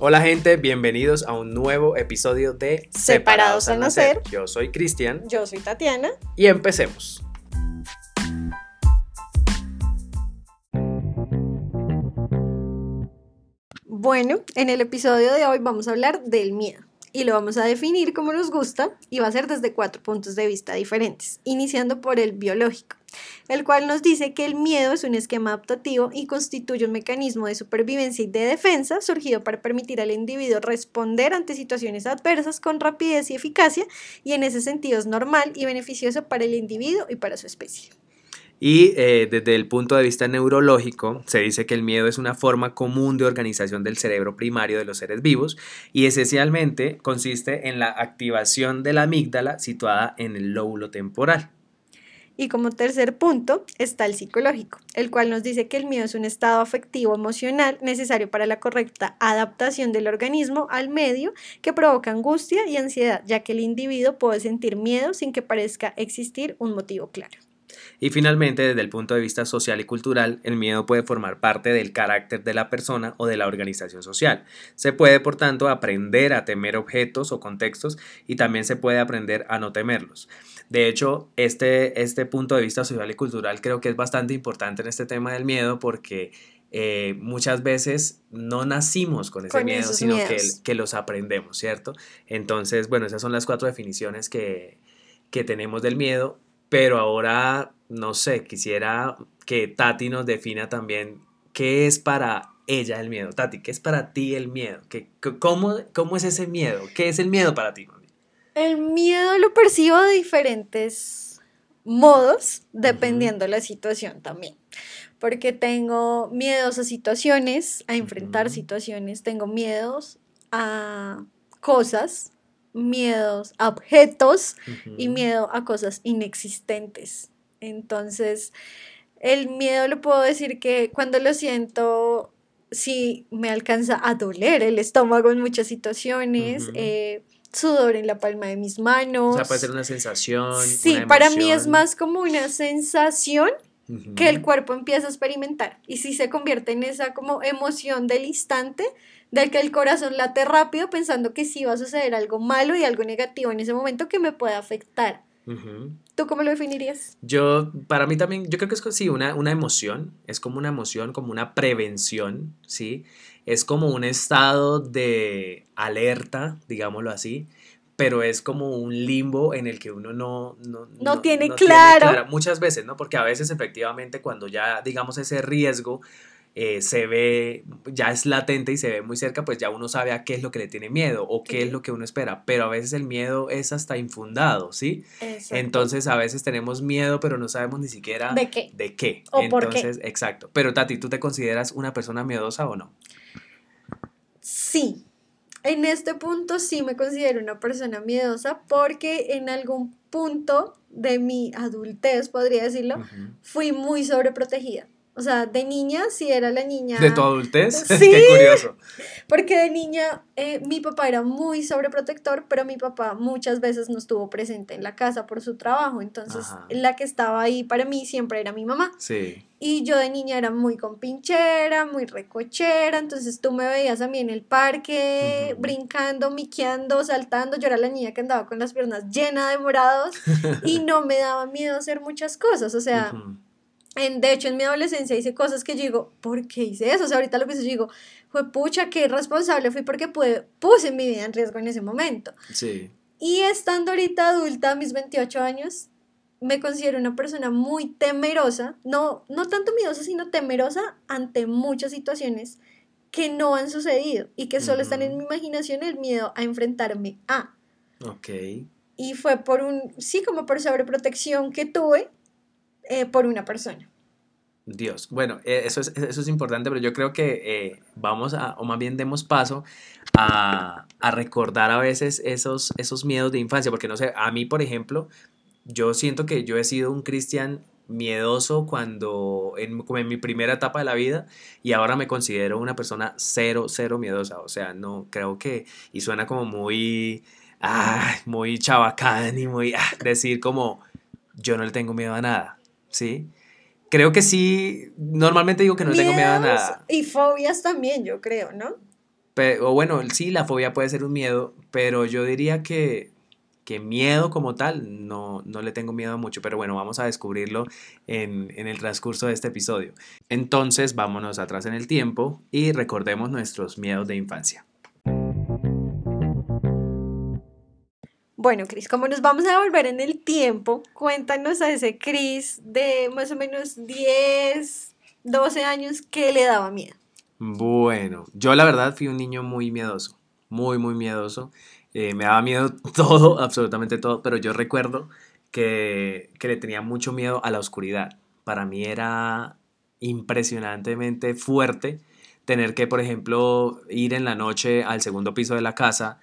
Hola gente, bienvenidos a un nuevo episodio de Separados al Nacer. Yo soy Cristian Yo soy Tatiana. y empecemos. Bueno, en el episodio de hoy vamos a hablar del miedo y lo vamos a definir como nos gusta y va a ser desde 4 puntos de vista diferentes, iniciando por el biológico, el cual nos dice que el miedo es un esquema adaptativo y constituye un mecanismo de supervivencia y de defensa surgido para permitir al individuo responder ante situaciones adversas con rapidez y eficacia, y en ese sentido es normal y beneficioso para el individuo y para su especie. Y desde el punto de vista neurológico, se dice que el miedo es una forma común de organización del cerebro primario de los seres vivos y esencialmente consiste en la activación de la amígdala situada en el lóbulo temporal. Y como tercer punto está el psicológico, el cual nos dice que el miedo es un estado afectivo emocional necesario para la correcta adaptación del organismo al medio, que provoca angustia y ansiedad, ya que el individuo puede sentir miedo sin que parezca existir un motivo claro. Y finalmente, desde el punto de vista social y cultural, el miedo puede formar parte del carácter de la persona o de la organización social. Se puede, por tanto, aprender a temer objetos o contextos y también se puede aprender a no temerlos. De hecho, este punto de vista social y cultural creo que es bastante importante en este tema del miedo porque muchas veces no nacimos con ese miedo, sino que los aprendemos, ¿cierto? Entonces, bueno, esas son las 4 definiciones que tenemos del miedo. Pero ahora, no sé, quisiera que Tati nos defina también qué es para ella el miedo. Tati, ¿qué es para ti el miedo? ¿Cómo es ese miedo? ¿Qué es el miedo para ti? El miedo lo percibo de diferentes modos, dependiendo la situación también. Porque tengo miedos a situaciones, a enfrentar situaciones, tengo miedos a cosas, miedos a objetos y miedo a cosas inexistentes. Entonces, el miedo lo puedo decir que cuando lo siento, sí me alcanza a doler el estómago en muchas situaciones, sudor en la palma de mis manos. O sea, puede ser una sensación, sí, una para mí es emoción. más como una sensación que el cuerpo empieza a experimentar, y si se convierte en esa como emoción del instante, del que el corazón late rápido pensando que sí va a suceder algo malo y algo negativo en ese momento que me puede afectar. ¿Tú cómo lo definirías? Para mí también, yo creo que es sí, una emoción, es como una emoción, como una prevención, ¿sí? Es como un estado de alerta, digámoslo así, pero es como un limbo en el que uno No tiene no tiene claro. clara, muchas veces, ¿no? Porque a veces efectivamente cuando ya, digamos, ese riesgo se ve, ya es latente y se ve muy cerca, pues ya uno sabe a qué es lo que le tiene miedo o qué es lo que uno espera, pero a veces el miedo es hasta infundado, ¿sí? Exacto. Entonces a veces tenemos miedo, pero no sabemos ni siquiera ¿De qué? de qué. ¿O Entonces, por qué? exacto. Pero Tati, ¿tú te consideras una persona miedosa o no? Sí, en este punto sí me considero una persona miedosa porque en algún punto de mi adultez, podría decirlo, fui muy sobreprotegida. O sea, de niña sí era la niña. ¿De tu adultez? Sí, Qué curioso. porque de niña mi papá era muy sobreprotector, pero mi papá muchas veces no estuvo presente en la casa por su trabajo, entonces la que estaba ahí para mí siempre era mi mamá. Sí. Y yo de niña era muy compinchera, muy recochera, entonces tú me veías a mí en el parque, brincando, miqueando, saltando. Yo era la niña que andaba con las piernas llenas de morados y no me daba miedo hacer muchas cosas. O sea, de hecho en mi adolescencia hice cosas que yo digo, ¿por qué hice eso? O sea, ahorita lo pienso, yo digo, fue pucha, qué irresponsable fui porque puse mi vida en riesgo en ese momento. Sí. Y estando ahorita adulta, a mis 28 años, me considero una persona muy temerosa, no tanto miedosa, sino temerosa ante muchas situaciones que no han sucedido y que solo están en mi imaginación, el miedo a enfrentarme a. Ok. Y fue como por sobreprotección que tuve por una persona. Dios, bueno, eso es importante, pero yo creo que vamos o más bien demos paso a recordar a veces esos miedos de infancia, porque no sé, a mí, por ejemplo, yo siento que yo he sido un Cristian miedoso como en mi primera etapa de la vida, y ahora me considero una persona cero miedosa. O sea, no creo y suena como muy chabacán y decir como yo no le tengo miedo a nada, ¿sí? Creo que sí, normalmente digo que no le tengo miedo a Miedos nada. y fobias también, yo creo, ¿no? O bueno, sí, la fobia puede ser un miedo, pero yo diría que miedo como tal, no le tengo miedo mucho, pero bueno, vamos a descubrirlo en el transcurso de este episodio. Entonces, vámonos atrás en el tiempo y recordemos nuestros miedos de infancia. Bueno, Cris, como nos vamos a volver en el tiempo, cuéntanos a ese Cris de más o menos 10, 12 años que le daba miedo. Bueno, yo la verdad fui un niño muy miedoso, muy miedoso. Me daba miedo todo, absolutamente todo, pero yo recuerdo que le tenía mucho miedo a la oscuridad. Para mí era impresionantemente fuerte tener que, por ejemplo, ir en la noche al segundo piso de la casa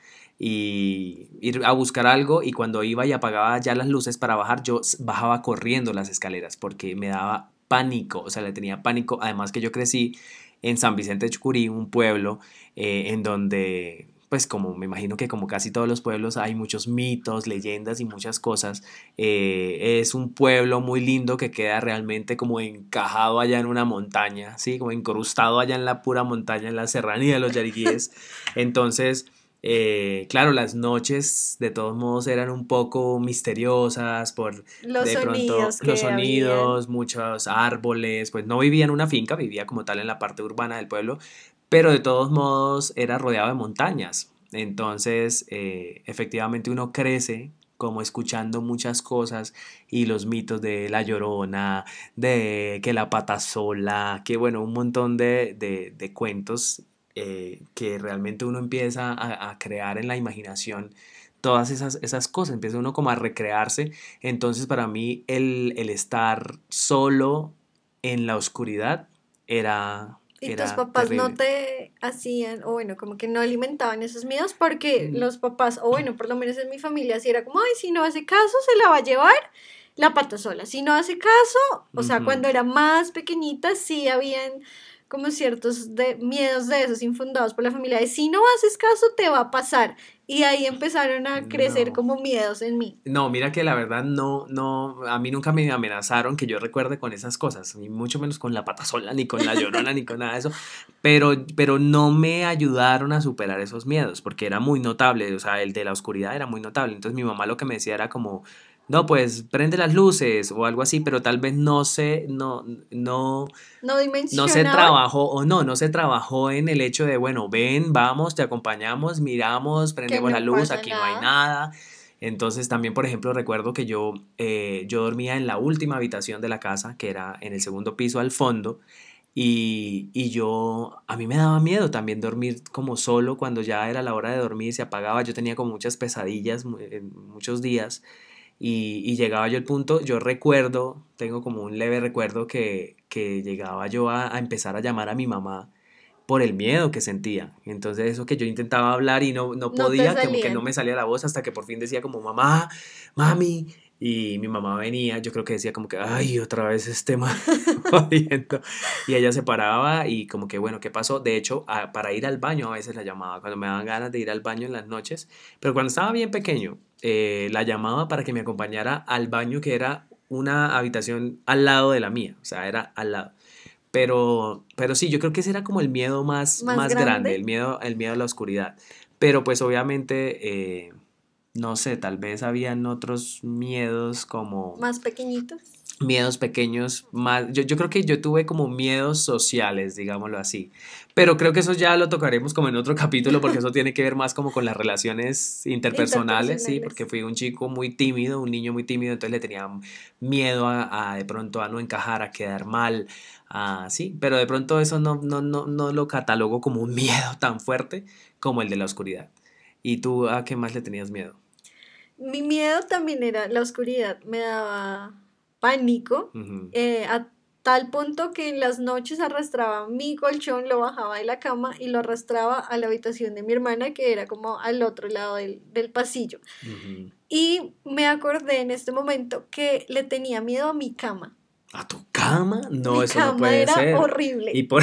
y ir a buscar algo y cuando iba y apagaba ya las luces para bajar, yo bajaba corriendo las escaleras porque me daba pánico, o sea, le tenía pánico, además que yo crecí en San Vicente de Chucurí, un pueblo en donde, pues como me imagino que como casi todos los pueblos hay muchos mitos, leyendas y muchas cosas. Es un pueblo muy lindo que queda realmente como encajado allá en una montaña, ¿sí? Como incrustado allá en la pura montaña, en la serranía de los Yariquíes. Entonces... claro, las noches de todos modos eran un poco misteriosas por Los de pronto sonidos los que habían. sonidos, muchos árboles, pues no vivía en una finca, vivía como tal en la parte urbana del pueblo, pero de todos modos era rodeado de montañas. Entonces, efectivamente uno crece como escuchando muchas cosas y los mitos de La Llorona, de que la pata sola, que bueno, un montón de cuentos que realmente uno empieza a crear en la imaginación todas esas cosas, empieza uno como a recrearse. Entonces para mí el estar solo en la oscuridad ¿Y tus era papás no terrible. te hacían, o bueno, como que no alimentaban esos miedos? Porque Mm, los papás, o bueno, por lo menos en mi familia, sí era como, ay, si no hace caso, se la va a llevar la pata sola. Si no hace caso, o sea, ujú. cuando era más pequeñita, sí habían como ciertos miedos de esos infundados por la familia, de si no haces caso, te va a pasar. Y ahí empezaron a crecer No. como miedos en mí. No, mira que la verdad no, a mí nunca me amenazaron que yo recuerde con esas cosas, ni mucho menos con la pata sola, ni con la llorona, ni con nada de eso, pero no me ayudaron a superar esos miedos, porque era muy notable, o sea, el de la oscuridad era muy notable, entonces mi mamá lo que me decía era como, no, pues prende las luces o algo así, pero tal vez No no se dimensionaban trabajó, o no se trabajó en el hecho de, bueno, ven, vamos, te acompañamos, miramos, que prendemos la no luz, pasa aquí no hay nada. nada. Entonces también, por ejemplo, recuerdo que yo dormía en la última habitación de la casa, que era en el segundo piso al fondo, a mí me daba miedo también dormir como solo cuando ya era la hora de dormir, se apagaba, yo tenía como muchas pesadillas muchos días y llegaba yo al punto, yo recuerdo, tengo como un leve recuerdo que llegaba yo a empezar a llamar a mi mamá por el miedo que sentía. Entonces eso que yo intentaba hablar y no No te podía, como que no salían. me salía la voz hasta que por fin decía como mamá, mami. Y mi mamá venía, yo creo que decía como que, ay, otra vez este man jodiendo. Y ella se paraba y como que, bueno, ¿qué pasó? De hecho, para ir al baño a veces la llamaba, cuando me daban ganas de ir al baño en las noches. Pero cuando estaba bien pequeño, la llamaba para que me acompañara al baño que era una habitación al lado de la mía, o sea, era al lado. Pero sí, yo creo que ese era como el miedo Más más grande, grande, el miedo a la oscuridad. Pero pues obviamente, no sé, tal vez habían otros miedos como más pequeñitos. miedos pequeños, más, yo creo que yo tuve como miedos sociales, digámoslo así, pero creo que eso ya lo tocaremos como en otro capítulo porque eso tiene que ver más como con las relaciones interpersonales, sí, porque Interpersonales. fui un chico muy tímido, un niño muy tímido, entonces le tenía miedo de pronto a no encajar, a quedar mal, sí, pero de pronto eso no lo catalogo como un miedo tan fuerte como el de la oscuridad. ¿Y tú a qué más le tenías miedo? Mi miedo también era la oscuridad, me daba pánico, Ujú, a tal punto que en las noches arrastraba mi colchón, lo bajaba de la cama y lo arrastraba a la habitación de mi hermana, que era como al otro lado del pasillo. ujú. Y me acordé en este momento que le tenía miedo a mi cama. ¿A tu cama? No, Mi eso no cama puede era ser. Y horrible. por...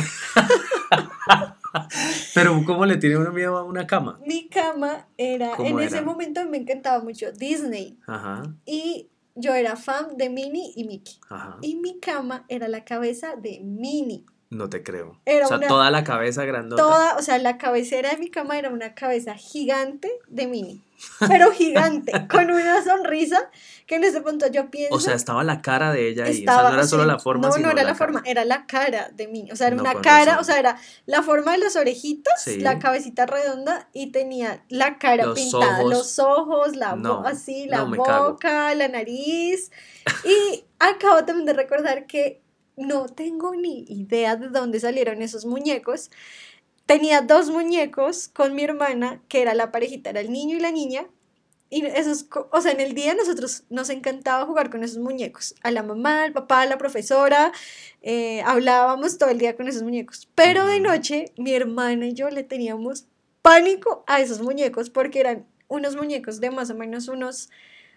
Pero ¿cómo le tiene uno miedo a una cama? Mi cama era, en ¿Cómo ese era? momento me encantaba mucho Disney. Ajá, Y yo era fan de Minnie y Mickey. ajá. Y mi cama era la cabeza de Minnie. No te creo. Era O sea, una, toda la cabeza grandota. toda, o sea, la cabecera de mi cama era una cabeza gigante de Minnie, pero gigante, con una sonrisa que en ese punto yo O sea, pienso, estaba la cara de ella ahí. O sea, no estaba, era solo sí, la forma, no, no sino era la la forma, cara. era la cara de Minnie, o sea, era No, una con cara, o razón. sea, era la forma de las orejitas, la Sí. cabecita redonda y tenía la cara Los pintada, ojos. los ojos, No, así, la no me cago. boca, la nariz. Y acabo también de recordar que no tengo ni idea de dónde salieron esos muñecos. Tenía dos muñecos con mi hermana, que era la parejita, era el niño y la niña. Y esos, o sea, en el día nosotros nos encantaba jugar con esos muñecos. A la mamá, al papá, a la profesora, hablábamos todo el día con esos muñecos. Pero de Ujú. noche, mi hermana y yo le teníamos pánico a esos muñecos porque eran unos muñecos de más o menos unos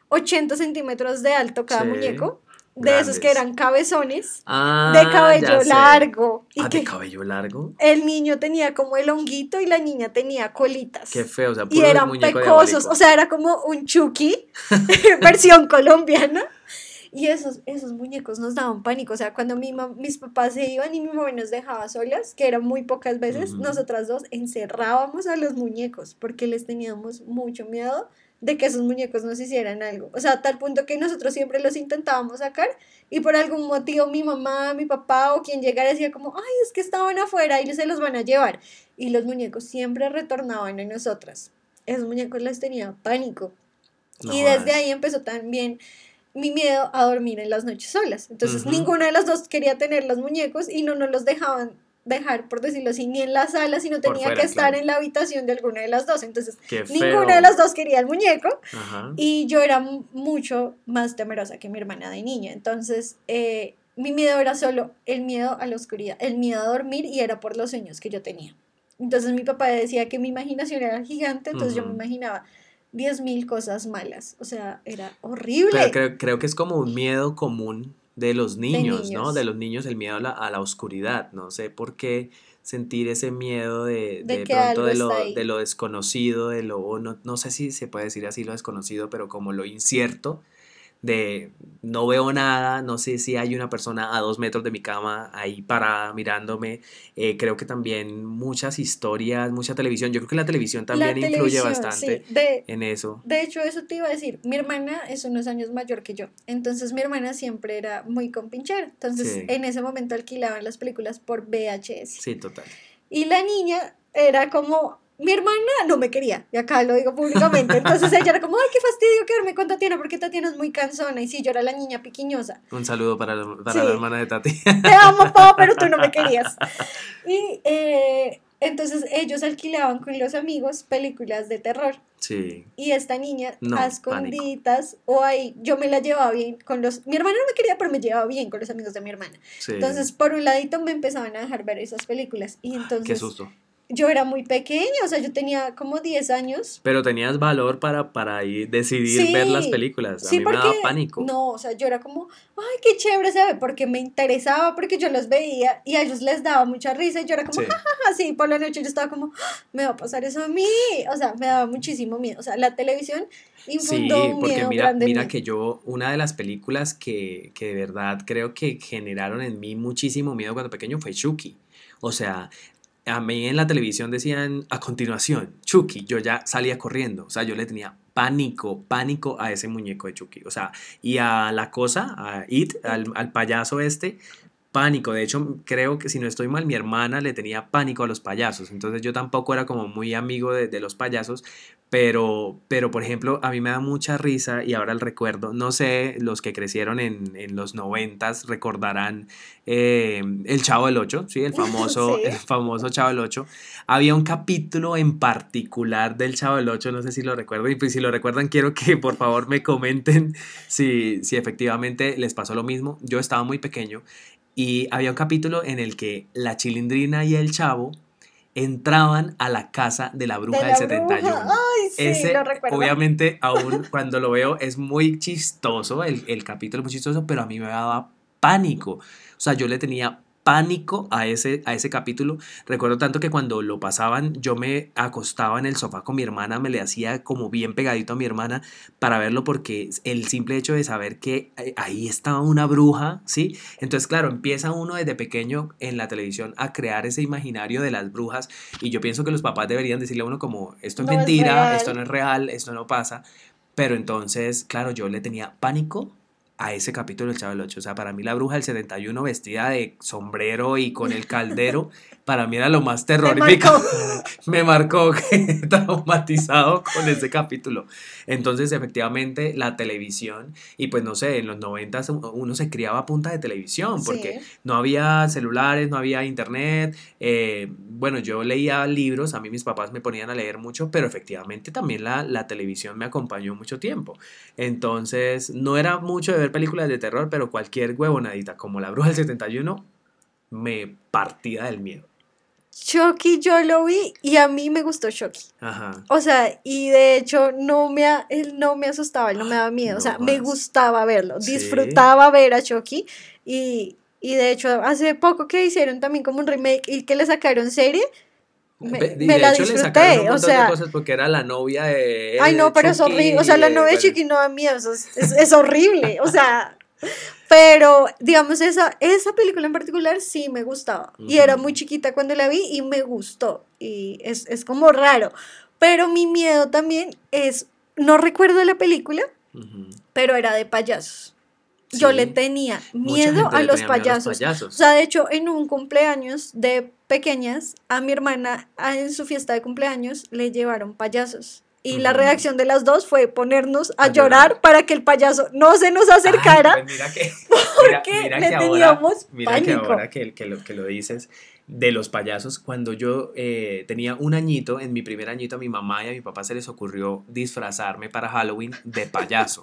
80 centímetros de alto cada Sí. muñeco, de esos que Grandes. eran cabezones, de Ah, ya cabello sé. largo, y Ah, de que cabello largo. el niño tenía como el honguito y la niña tenía Qué colitas. feo, o sea, Y puro eran muñeco pecosos, o diabólico. sea, era como un Chucky, versión colombiana. Y esos muñecos nos daban pánico, o sea, cuando mis papás se iban y mi mamá nos dejaba solas, que eran muy pocas veces, Ujú. nosotras dos encerrábamos a los muñecos porque les teníamos mucho miedo de que esos muñecos nos hicieran algo. O sea, a tal punto que nosotros siempre los intentábamos sacar y por algún motivo mi mamá, mi papá o quien llegara decía como, ay, es que estaban afuera y se los van a llevar. Y los muñecos siempre retornaban a nosotras. Esos muñecos les tenía pánico. No Y desde jodas. ahí empezó también mi miedo a dormir en las noches solas. Entonces, Ujú. ninguna de las dos quería tener los muñecos y no nos los dejaban dejar, por decirlo así, ni en la sala, sino Por tenía que fuera, estar claro. en la habitación de alguna de las dos. Entonces, Qué ninguna de feo. las dos quería el muñeco Ajá. y yo era mucho más temerosa que mi hermana de niña. Entonces, mi miedo era solo el miedo a la oscuridad, el miedo a dormir y era por los sueños que yo tenía. Entonces mi papá decía que mi imaginación era gigante, entonces yo me Ujú. imaginaba 10.000 cosas malas. O sea, era Pero horrible creo que es como un miedo común de los de niños, ¿no? De niños. los niños el miedo a la oscuridad. No sé por qué sentir ese miedo De de que pronto algo está de ahí. lo desconocido, de lo, no, no sé si se puede decir así lo desconocido, pero como lo incierto de no veo nada, no sé si hay una persona a 2 metros de mi cama ahí parada mirándome. Creo que también muchas historias, mucha televisión, yo creo que la televisión también La influye televisión, sí. bastante en eso. De hecho, eso te iba a decir. Mi hermana es unos años mayor que yo. Entonces, mi hermana siempre era muy compinchera. Entonces, Sí, en ese momento alquilaban las películas por VHS. sí, total. Y la niña era como, mi hermana no me quería, y acá lo digo públicamente. Entonces ella era como, ay, qué fastidio quedarme con Tatiana, porque Tatiana es muy cansona. Y sí, yo era la niña piquiñosa. Un saludo para la Sí, hermana de Tati. te amo, papá, pero tú no me querías. Y entonces ellos alquilaban con los amigos películas de terror. Sí, Y esta niña, a no, pánico. escondiditas, o ahí, yo me la llevaba bien con los... Mi hermana no me quería, pero me llevaba bien con los amigos de mi hermana. Sí, Entonces, por un ladito me empezaban a dejar ver esas películas. Y qué entonces susto. yo era muy pequeña, o sea, yo tenía como 10 años. Pero tenías valor para ahí decidir ver las Sí, películas. A sí, mí me porque daba pánico. no, o sea, yo era como, ay, qué chévere se ve, porque me interesaba, porque yo los veía y a ellos les daba mucha risa y yo era como, Sí, jajaja, sí, por la noche yo estaba como, "Ah, me va a pasar eso a mí", o sea, me daba muchísimo miedo, o sea, la televisión infundó sí, un porque miedo mira, grande en mira mí. que yo, una de las películas que de verdad creo que generaron en mí muchísimo miedo cuando pequeño fue Chucky. O sea, a mí en la televisión decían a continuación, Chucky, yo ya salía corriendo, o sea, yo le tenía pánico, pánico a ese muñeco de Chucky, o sea, y a la cosa, a It, Y al payaso este, pánico. De hecho, creo que si no estoy mal, mi hermana le tenía pánico a los payasos. Entonces yo tampoco era como muy amigo de los payasos. Pero, por ejemplo, a mí me da mucha risa y ahora el recuerdo, no sé, los que crecieron en los 90 recordarán el Chavo del Ocho, ¿sí? El sí, famoso Chavo del Ocho. Había un capítulo en particular del Chavo del Ocho, no sé si lo recuerdan, y pues si lo recuerdan quiero que por favor me comenten si efectivamente les pasó lo mismo. Yo estaba muy pequeño y había un capítulo en el que la Chilindrina y el Chavo entraban a la casa de la de bruja del la setenta y bruja, uno ay, sí, lo Ese, recuerdo. obviamente, aún cuando lo veo es muy chistoso, el capítulo es muy chistoso, pero a mí me daba pánico. O sea, yo le tenía pánico a ese capítulo. Recuerdo tanto que cuando lo pasaban yo me acostaba en el sofá con mi hermana, me le hacía como bien pegadito a mi hermana para verlo porque el simple hecho de saber que ahí estaba una bruja, ¿sí? Entonces, claro, empieza uno desde pequeño en la televisión a crear ese imaginario de las brujas y yo pienso que los papás deberían decirle a uno como, esto es No es mentira, esto real. no es real, esto no pasa. Pero entonces, claro, yo le tenía pánico a ese capítulo del Chavo del Ocho. O sea, para mí la bruja del 71 vestida de sombrero y con el caldero, para mí era lo más Te terrorífico. marcó. Me marcó que traumatizado con ese capítulo. Entonces, efectivamente, la televisión, y pues no sé, en los 90 uno se criaba a punta de televisión, porque Sí. no había celulares, no había internet. Bueno, yo leía libros, a mí mis papás me ponían a leer mucho, pero efectivamente también la televisión me acompañó mucho tiempo. Entonces, no era mucho de ver películas de terror, pero cualquier huevonadita como La Bruja del 71 me partía del miedo. Chucky yo lo vi y a mí me gustó Chucky. Ajá. O sea, y de hecho él no me asustaba, él no me daba miedo, o No sea, me más. gustaba verlo, Sí. disfrutaba ver a Chucky y de hecho hace poco que hicieron también como un remake y que le sacaron serie, Y me de la hecho le sacaron un disfruté, o montón de sea, cosas porque era la novia ay de no, pero es Chucky horrible, o sea, y la novia de bueno. Chucky no da miedo, es horrible, o sea, pero digamos esa película en particular sí me gustaba y era Ujú, muy chiquita cuando la vi y me gustó y es como raro, pero mi miedo también es, no recuerdo la película, ujú. pero era de payasos. Yo le Sí. tenía Mucha miedo gente a le los tenía miedo a los payasos. O payasos. sea, de hecho, en un cumpleaños de pequeñas, a mi hermana, en su fiesta de cumpleaños, le llevaron payasos. Y la Ujú. reacción de las dos fue ponernos a A llorar. llorar para que el payaso no se nos Ay, acercara pues mira que, porque le teníamos mira que ahora pánico. que lo dices de los payasos, cuando yo tenía un añito, en mi primer añito, a mi mamá y a mi papá se les ocurrió disfrazarme para Halloween de payaso.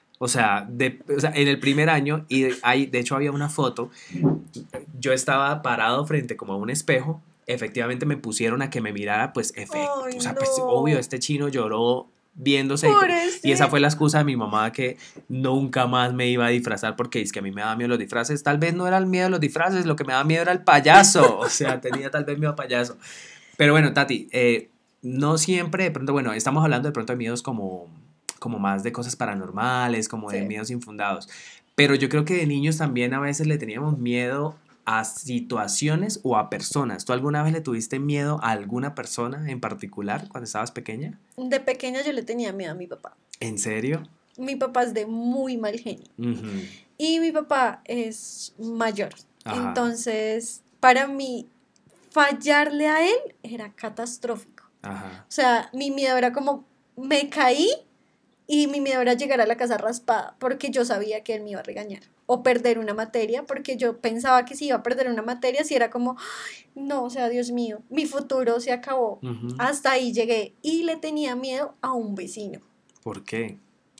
O sea, en el primer año, y de hecho había una foto, yo estaba parado frente como a un espejo, efectivamente me pusieron a que me mirara, pues, Ay, o sea, pues obvio, no. este chino lloró viéndose y esa fue Pobrecito. la excusa de mi mamá que nunca más me iba a disfrazar porque es que a mí me daba miedo los disfraces, tal vez no era el miedo de los disfraces, lo que me daba miedo era el payaso, o sea, tenía tal vez miedo al payaso. Pero bueno, Tati, no siempre, de pronto, bueno, estamos hablando de pronto de miedos como más de cosas paranormales, como de Sí. miedos infundados. Pero yo creo que de niños también a veces le teníamos miedo a situaciones o a personas. ¿Tú alguna vez le tuviste miedo a alguna persona en particular cuando estabas pequeña? De pequeña yo le tenía miedo a mi papá. ¿En serio? Mi papá es de muy mal genio. Ujú. Y mi papá es mayor. Ajá, Entonces, para mí, fallarle a él era catastrófico. ajá. O sea, mi miedo era como, me caí y mi miedo era llegar a la casa raspada porque yo sabía que él me iba a regañar. O perder una materia porque yo pensaba que si iba a perder una materia, si era como, no, o sea, Dios mío, mi futuro se acabó. Ujú. Hasta ahí llegué y le tenía miedo a un vecino. ¿Por qué?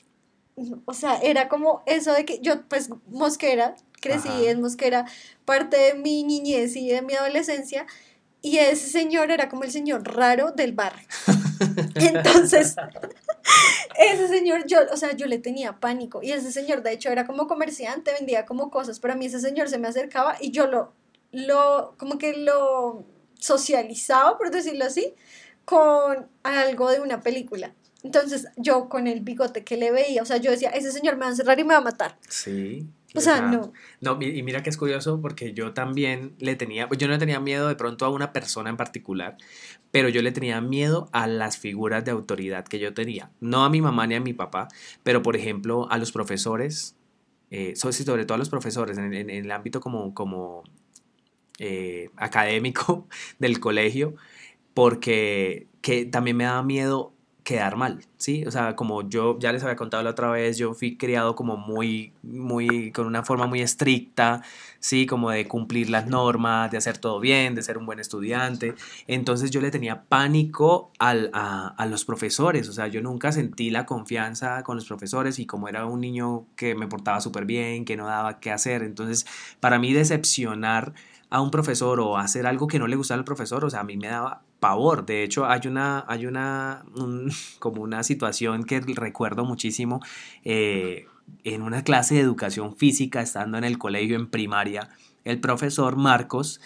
O sea, era como eso de que yo, pues, Mosquera, crecí Ajá. en Mosquera, parte de mi niñez y de mi adolescencia, y ese señor era como el señor raro del barrio. Entonces, ese señor, yo, o sea, yo le tenía pánico, y ese señor, de hecho, era como comerciante, vendía como cosas, pero a mí ese señor se me acercaba y yo como que lo socializaba, por decirlo así, con algo de una película. Entonces, yo con el bigote que le veía, o sea, yo decía, ese señor me va a encerrar y me va a matar. Sí, O o sea, sea, no. no, y mira que es curioso porque yo también le tenía, pues yo no le tenía miedo de pronto a una persona en particular, pero yo le tenía miedo a las figuras de autoridad que yo tenía, no a mi mamá ni a mi papá, pero por ejemplo a los profesores, sí, sobre todo a los profesores en el ámbito como académico del colegio, porque que también me daba miedo quedar mal, ¿sí? O sea, como yo ya les había contado la otra vez, yo fui criado como con una forma muy estricta, ¿sí? Como de cumplir las normas, de hacer todo bien, de ser un buen estudiante. Entonces yo le tenía pánico a los profesores, o sea, yo nunca sentí la confianza con los profesores y como era un niño que me portaba súper bien, que no daba qué hacer, entonces para mí decepcionar a un profesor o hacer algo que no le gustaba al profesor, o sea, a mí me daba pavor. De hecho, como una situación que recuerdo muchísimo. en una clase de educación física, estando en el colegio en primaria, el profesor Marcos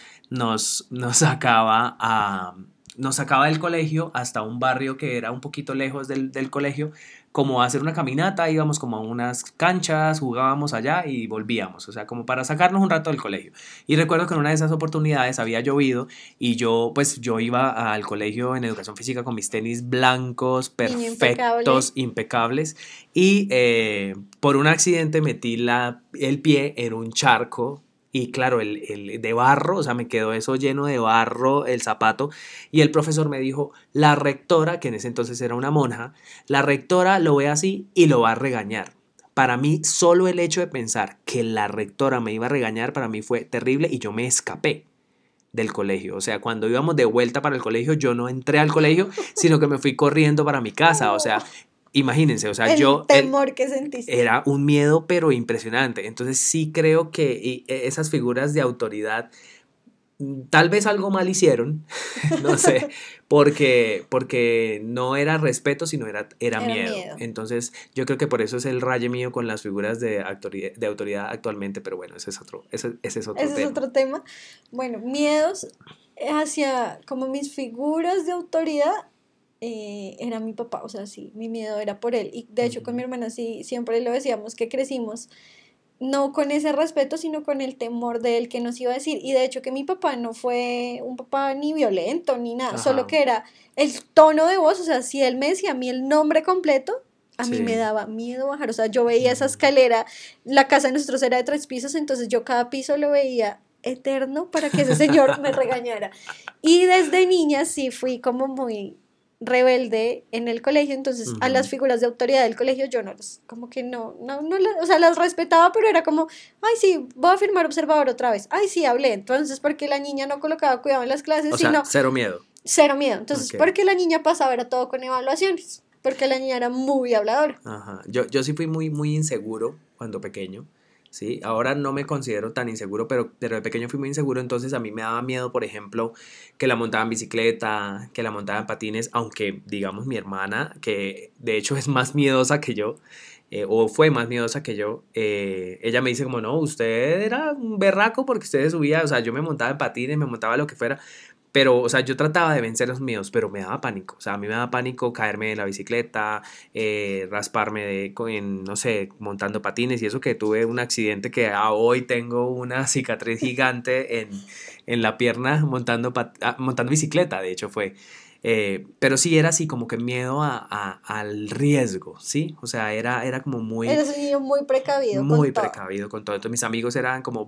nos sacaba del colegio hasta un barrio que era un poquito lejos del colegio, como a hacer una caminata, íbamos como a unas canchas, jugábamos allá y volvíamos, o sea, como para sacarnos un rato del colegio. Y recuerdo que en una de esas oportunidades había llovido y yo iba al colegio en educación física con mis tenis blancos, Niño impecable. perfectos, impecables, y por un accidente metí el pie en un charco. Y claro, el de barro, o sea, me quedó eso lleno de barro el zapato. Y el profesor me dijo, la rectora, que en ese entonces era una monja, la rectora lo ve así y lo va a regañar. Para mí, solo el hecho de pensar que la rectora me iba a regañar, para mí fue terrible y yo me escapé del colegio. O sea, cuando íbamos de vuelta para el colegio, yo no entré al colegio, sino que me fui corriendo para mi casa. O sea, imagínense, o sea, El temor que sentiste. era un miedo pero impresionante. Entonces sí creo que esas figuras de autoridad tal vez algo mal hicieron, no sé, porque no era respeto, sino era Era miedo. miedo. Entonces yo creo que por eso es el raye mío con las figuras de autoridad actualmente, pero bueno, ese es otro Ese es tema. otro tema. Bueno, miedos hacia como mis figuras de autoridad era mi papá, o sea, sí, mi miedo era por él. Y de hecho con mi Ujú. hermana sí, siempre lo decíamos que crecimos no con ese respeto, sino con el temor de él que nos iba a decir. Y de hecho que mi papá no fue un papá ni violento ni nada, solo Ajá, que era el tono de voz, o sea, si él me decía a mí el nombre completo, a mí me sí. daba miedo bajar, o sea, yo veía esa Mm. escalera, la casa de nosotros era de 3 pisos, entonces yo cada piso lo veía eterno para que ese señor me regañara. Y desde niña sí fui como muy rebelde en el colegio, entonces a las Ujú. figuras de autoridad del colegio yo no los, como que o sea, las respetaba, pero era como, ay sí, voy a firmar observador otra vez, ay sí, hablé, entonces porque la niña no colocaba cuidado en las clases, O sea, sino cero miedo. cero miedo, entonces Ok. porque la niña pasaba era todo con evaluaciones, porque la niña era muy habladora. Ajá. Yo sí fui muy inseguro cuando pequeño, ¿sí? Ahora no me considero tan inseguro, pero de pequeño fui muy inseguro, entonces a mí me daba miedo, por ejemplo, que la montaba en bicicleta, que la montaba en patines, aunque, digamos, mi hermana, que de hecho es más miedosa que yo, o fue más miedosa que yo, ella me dice como, no, usted era un berraco porque usted se subía, o sea, yo me montaba en patines, me montaba lo que fuera, pero, o sea, yo trataba de vencer los miedos, pero me daba pánico. O sea, a mí me daba pánico caerme de la bicicleta, rasparme no sé, montando patines. Y eso que tuve un accidente que hoy tengo una cicatriz gigante en la pierna montando bicicleta, de hecho fue. Pero sí era así como que miedo al riesgo, ¿sí? O sea, era como muy, Eres un niño muy precavido muy con todo. precavido con todo. Entonces mis amigos eran como,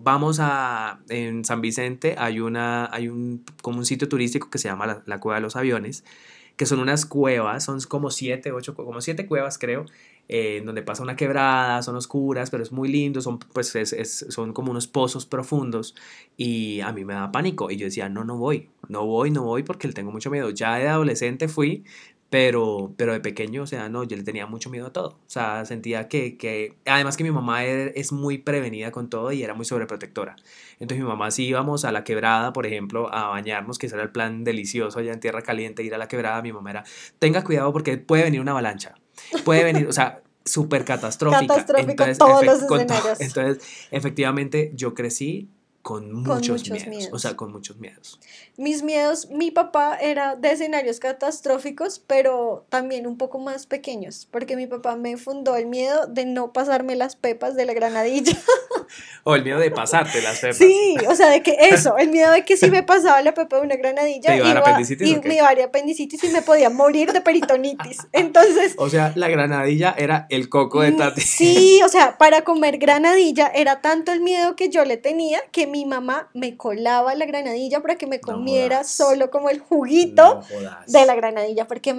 en San Vicente como un sitio turístico que se llama la Cueva de los Aviones, que son unas cuevas, son como 7 cuevas creo, en donde pasa una quebrada, son oscuras, pero es muy lindo, pues son como unos pozos profundos y a mí me da pánico y yo decía, no, no voy porque le tengo mucho miedo. Ya de adolescente fui, pero de pequeño, o sea, no, yo le tenía mucho miedo a todo. O sea, sentía además que mi mamá es muy prevenida con todo y era muy sobreprotectora. Entonces mi mamá, si íbamos a la quebrada, por ejemplo, a bañarnos, que ese era el plan delicioso allá en Tierra Caliente, ir a la quebrada, mi mamá era, tenga cuidado porque puede venir una avalancha, puede venir, o sea, súper catastrófica. Catastrófico todos los escenarios. Entonces, efectivamente, yo crecí con Con muchos muchos miedos, o sea, miedos. con muchos miedos. Mis miedos, mi papá era de escenarios catastróficos, pero también un poco más pequeños, porque mi papá me fundó el miedo de no pasarme las pepas de la granadilla. O el miedo de pasarte las pepas. Sí, o sea, de que eso, el miedo de que si me pasaba la pepa de una ¿Te granadilla, iba a dar apendicitis y o me qué? iba a dar apendicitis y me podía morir de peritonitis. Entonces, O sea, la granadilla era el coco de Tati. sí, o sea, para comer granadilla era tanto el miedo que yo le tenía que mi mamá me colaba la granadilla para que me No comiera jodas. solo como el juguito No de la jodas. granadilla porque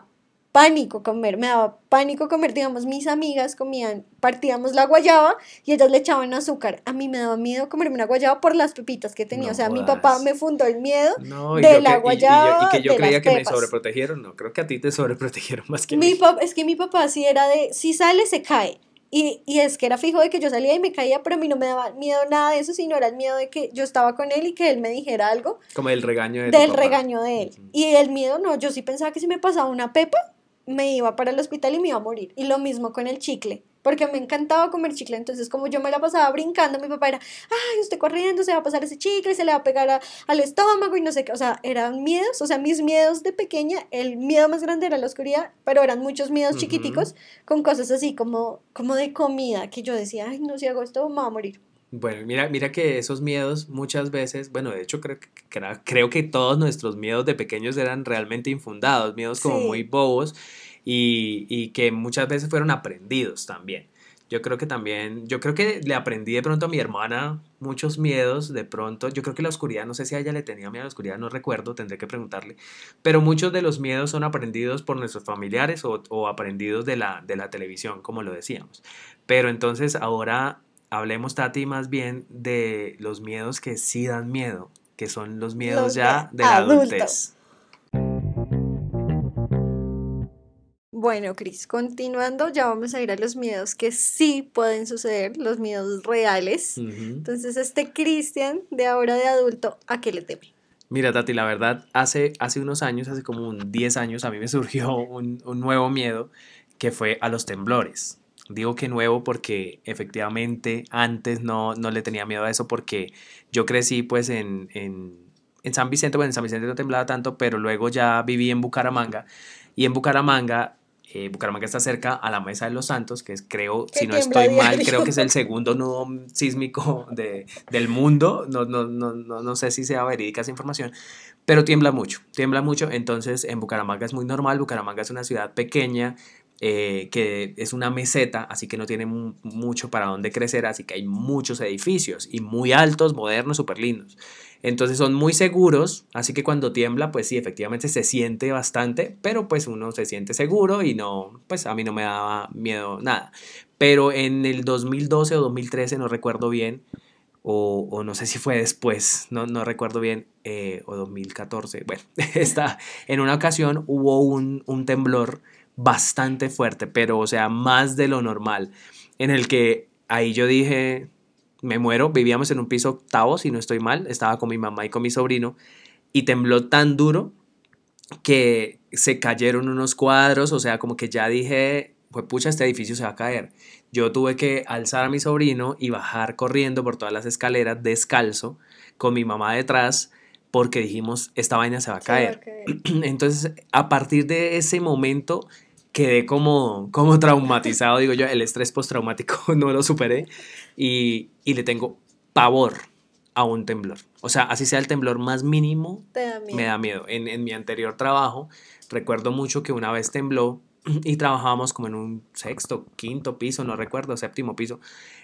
me daba pánico comer, digamos, mis amigas comían, partíamos la guayaba y ellas le echaban azúcar. A mí me daba miedo comerme una guayaba por las pepitas que tenía, o No sea, mi papá jodas. me fundó el miedo No, de la guayaba, y que yo de las creía que me pepas. sobreprotegieron. No, creo que a ti te sobreprotegieron más que a mí. Es que mi papá sí era de, si sale, se cae. Y es que era fijo de que yo salía y me caía, pero a mí no me daba miedo nada de eso, sino era el miedo de que yo estaba con él y que él me dijera algo Como el regaño de tu del papá. regaño de él. Ujú. Y el miedo no, yo sí pensaba que si me pasaba una pepa, me iba para el hospital y me iba a morir. Y lo mismo con el chicle. porque me encantaba comer chicle, entonces como yo me la pasaba brincando, mi papá era, ay, usted corriendo, se va a pasar ese chicle, se le va a pegar al estómago y no sé qué, o sea, eran miedos, o sea, mis miedos de pequeña, el miedo más grande era la oscuridad, pero eran muchos miedos Ujú. chiquiticos con cosas así como de comida, que yo decía, ay, no, si hago esto me voy a morir. Bueno, mira que esos miedos muchas veces, bueno, de hecho creo que todos nuestros miedos de pequeños eran realmente infundados, miedos como muy Sí, bobos y que muchas veces fueron aprendidos también. Yo creo que le aprendí de pronto a mi hermana muchos miedos, de pronto, yo creo que la oscuridad, no sé si a ella le tenía miedo a la oscuridad, no recuerdo, tendré que preguntarle, pero muchos de los miedos son aprendidos por nuestros familiares o aprendidos de la televisión, como lo decíamos. Pero entonces ahora hablemos, Tati, más bien de los miedos que sí dan miedo, que son los miedos los de ya de la adulto. adultez. Bueno, Cris, continuando, ya vamos a ir a los miedos que sí pueden suceder, los miedos reales. Ujú. Entonces, este Cristian de ahora de adulto, ¿a qué le teme? Mira, Tati, la verdad, hace unos años, hace como 10 años, a mí me surgió un nuevo miedo que fue a los temblores. Digo que nuevo porque efectivamente antes no le tenía miedo a eso porque yo crecí pues en San Vicente, bueno, en San Vicente no temblaba tanto, pero luego ya viví en Bucaramanga y en Bucaramanga, Bucaramanga está cerca a la Mesa de los Santos, que es, creo, Que si no tiembla a estoy mal, diario. creo que es el segundo nudo sísmico del mundo, no sé si sea verídica esa información, pero tiembla mucho, entonces en Bucaramanga es muy normal, Bucaramanga es una ciudad pequeña, que es una meseta, así que no tiene mucho para dónde crecer, así que hay muchos edificios y muy altos, modernos, súper lindos. Entonces son muy seguros, así que cuando tiembla, pues sí, efectivamente se siente bastante, pero pues uno se siente seguro y no, pues a mí no me daba miedo nada. Pero en el 2012 o 2013, no recuerdo bien, o no sé si fue después, no recuerdo bien, o 2014, bueno, en una ocasión hubo un temblor bastante fuerte, pero o sea, más de lo normal, en el que ahí yo dije, me muero, vivíamos en un piso octavo, si no estoy mal, estaba con mi mamá y con mi sobrino, y tembló tan duro que se cayeron unos cuadros, o sea, como que ya dije, pues pucha, este edificio se va a caer. Yo tuve que alzar a mi sobrino y bajar corriendo por todas las escaleras descalzo, con mi mamá detrás, porque dijimos, esta vaina se va a Se va a caer. caer. Entonces, a partir de ese momento, quedé como traumatizado, digo yo, el estrés postraumático no lo superé y le tengo pavor a un temblor. O sea, así sea el temblor más mínimo, Te da me miedo. da miedo. En mi anterior trabajo, recuerdo mucho que una vez tembló y trabajábamos como en un sexto, quinto piso, no recuerdo, séptimo piso,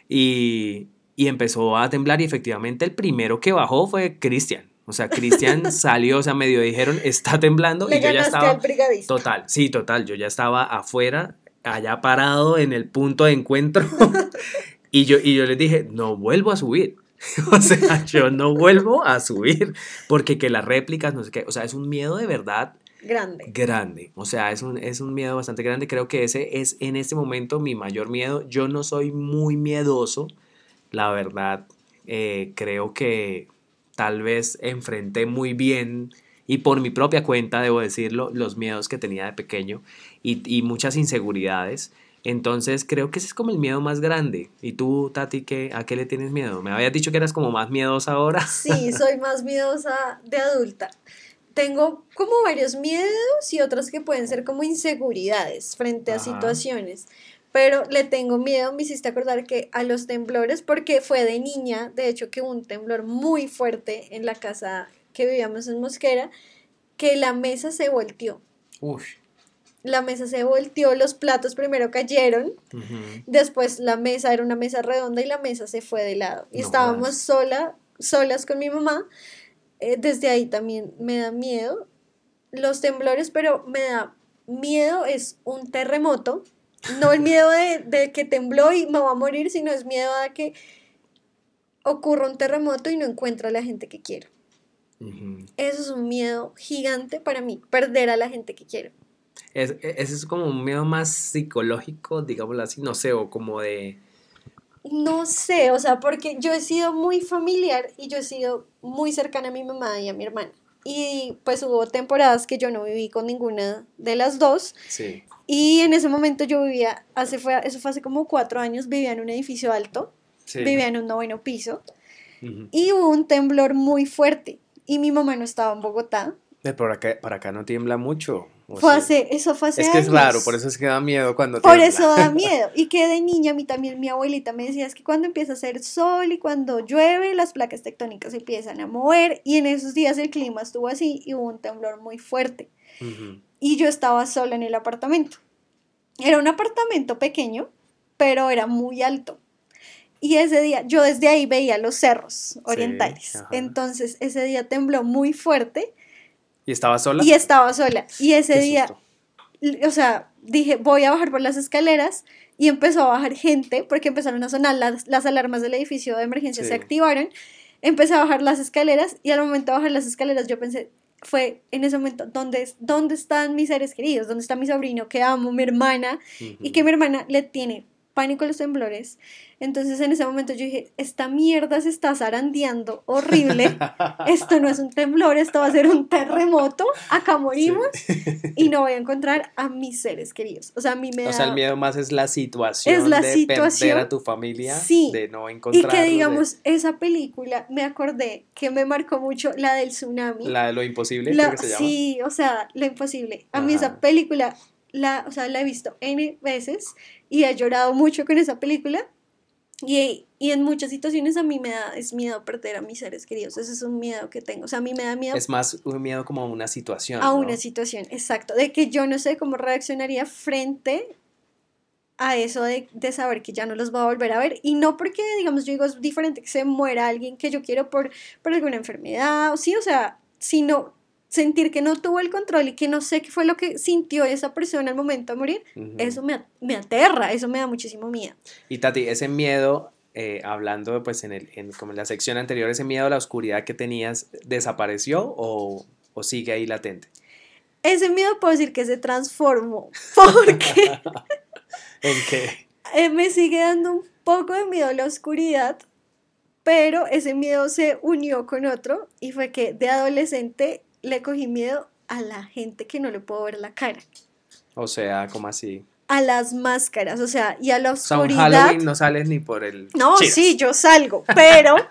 y empezó a temblar y efectivamente el primero que bajó fue Cristian. O sea, Cristian salió, o sea, medio dijeron, está temblando Le y yo ya ganaste al estaba, brigadista. total, sí, total, yo ya estaba afuera, allá parado en el punto de encuentro y yo les dije, no vuelvo a subir. O sea, yo no vuelvo a subir porque que las réplicas, no sé qué, o sea, es un miedo de verdad Grande. grande, o sea, es un miedo bastante grande, creo que ese es en este momento mi mayor miedo, yo no soy muy miedoso, la verdad, creo que tal vez enfrenté muy bien y por mi propia cuenta, debo decirlo, los miedos que tenía de pequeño y muchas inseguridades. Entonces creo que ese es como el miedo más grande. ¿Y tú, Tati, a qué le tienes miedo? Me habías dicho que eras como más miedosa ahora. Sí, soy más miedosa de adulta. Tengo como varios miedos y otros que pueden ser como inseguridades frente a Ajá. situaciones. Pero le tengo miedo, me hiciste acordar que a los temblores, porque fue de niña, de hecho que hubo un temblor muy fuerte en la casa que vivíamos en Mosquera, que la mesa se volteó. Uf. La mesa se volteó, los platos primero cayeron, Ujú. después la mesa era una mesa redonda y la mesa se fue de lado. Y No estábamos jodas. solas con mi mamá. Desde ahí también me da miedo los temblores, pero me da miedo es un terremoto. No el miedo de que tembló y me va a morir, sino es miedo a que ocurra un terremoto y no encuentre a la gente que quiero. Ujú. Eso es un miedo gigante para mí, perder a la gente que quiero. Ese es como un miedo más psicológico, digámoslo así, no sé, o como de... No sé, o sea, porque yo he sido muy familiar y yo he sido muy cercana a mi mamá y a mi hermana. y pues hubo temporadas que yo no viví con ninguna de las dos. Sí. Y en ese momento yo vivía, eso fue hace como 4 años, vivía en un edificio alto, Sí. vivía en un 9.º Ujú. y hubo un temblor muy fuerte y mi mamá no estaba en Bogotá. Para acá no tiembla mucho. ¿O Fue sí? hace, eso fue hace Es que es raro, por años. eso es que da miedo cuando Por tiembla. eso da miedo. Y que de niña a mí también mi abuelita me decía, es que cuando empieza a hacer sol y cuando llueve, las placas tectónicas se empiezan a mover y en esos días el clima estuvo así y hubo un temblor muy fuerte. Ujú. Y yo estaba sola en el apartamento. Era un apartamento pequeño, pero era muy alto. Y ese día, yo desde ahí veía los cerros Sí, orientales. ajá. Entonces ese día tembló muy fuerte ¿Y estaba sola? y estaba sola. Y ese Qué día, susto. o sea, dije, voy a bajar por las escaleras y empezó a bajar gente porque empezaron a sonar las alarmas del edificio de emergencia, se Sí. activaron. Empecé a bajar las escaleras y al momento de bajar las escaleras yo pensé, fue en ese momento, ¿dónde están mis seres queridos? ¿Dónde está mi sobrino que amo, mi hermana? Y que Ujú. mi hermana le tiene pánico a los temblores. Entonces en ese momento yo dije, esta mierda se está zarandeando horrible. Esto no es un temblor, esto va a ser un terremoto. Acá morimos Sí. y no voy a encontrar a mis seres queridos. O sea, a mí me O sea, el da, miedo más es la es situación la de perder situación, a tu familia, sí. de no Y que encontrarlos, de digamos, esa película, me acordé que me marcó mucho la del tsunami. la de lo imposible, creo que se llama. Sí, o sea, lo imposible. A mí esa Ajá. película, o sea, la he visto N veces y he llorado mucho con esa película. Y en muchas situaciones a mí me da es miedo perder a mis seres queridos. Ese es un miedo que tengo. O sea, a mí me da miedo Es más un miedo como a una a situación, una ¿no? situación, exacto, de que yo no sé cómo reaccionaría frente a eso de saber que ya no los voy a volver a ver. Y no porque, digamos, yo digo, es diferente que se muera alguien que yo quiero por alguna enfermedad, o sí, o sea, sino sentir que no tuvo el control y que no sé qué fue lo que sintió esa persona al momento de morir, Ujú. eso me aterra, eso me da muchísimo miedo. Y Tati, ese miedo, hablando pues como en la sección anterior, ese miedo a la oscuridad que tenías, ¿desapareció o sigue ahí latente? Ese miedo puedo decir que se transformó, porque ¿En qué? me sigue dando un poco de miedo la oscuridad, pero ese miedo se unió con otro y fue que de adolescente le cogí miedo a la gente que no le puedo ver la cara, O sea, ¿cómo así? a las máscaras, o sea, y a la O sea, un oscuridad. Halloween no sales ni por el No, sí, chiras. yo salgo, pero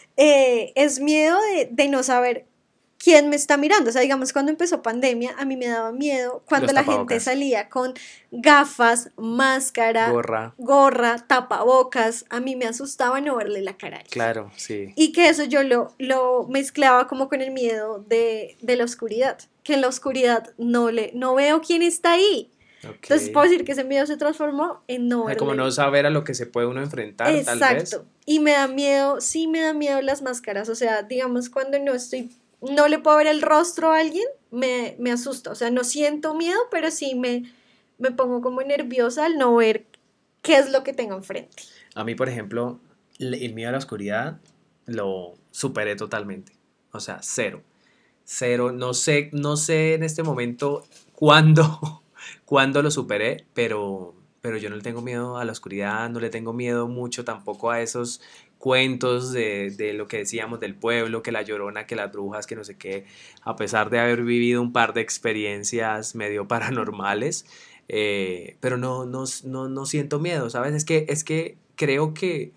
es miedo de no saber quién me está mirando. O sea, digamos, cuando empezó pandemia, a mí me daba miedo cuando Los la gente tapabocas, salía con gafas, máscara, gorra, gorra, tapabocas. A mí me asustaba no verle la cara a alguien. claro, sí. Y que eso yo lo mezclaba como con el miedo de la oscuridad. Que en la oscuridad no veo quién está ahí. Ok. Entonces puedo decir que ese miedo se transformó en no O sea, como no verle. saber a lo que se puede uno enfrentar, tal vez. Exacto. Y me da miedo, sí me da miedo las máscaras. O sea, digamos, cuando no le puedo ver el rostro a alguien, me asusta. O sea, no siento miedo, pero sí me pongo como nerviosa al no ver qué es lo que tengo enfrente. A mí, por ejemplo, el miedo a la oscuridad lo superé totalmente. O sea, cero. Cero. No sé en este momento cuándo, cuándo lo superé, pero yo no le tengo miedo a la oscuridad, no le tengo miedo mucho tampoco a esos cuentos de lo que decíamos del pueblo, que la Llorona, que las brujas, que no sé qué, a pesar de haber vivido un par de experiencias medio paranormales, pero no siento miedo, ¿sabes? Es que creo que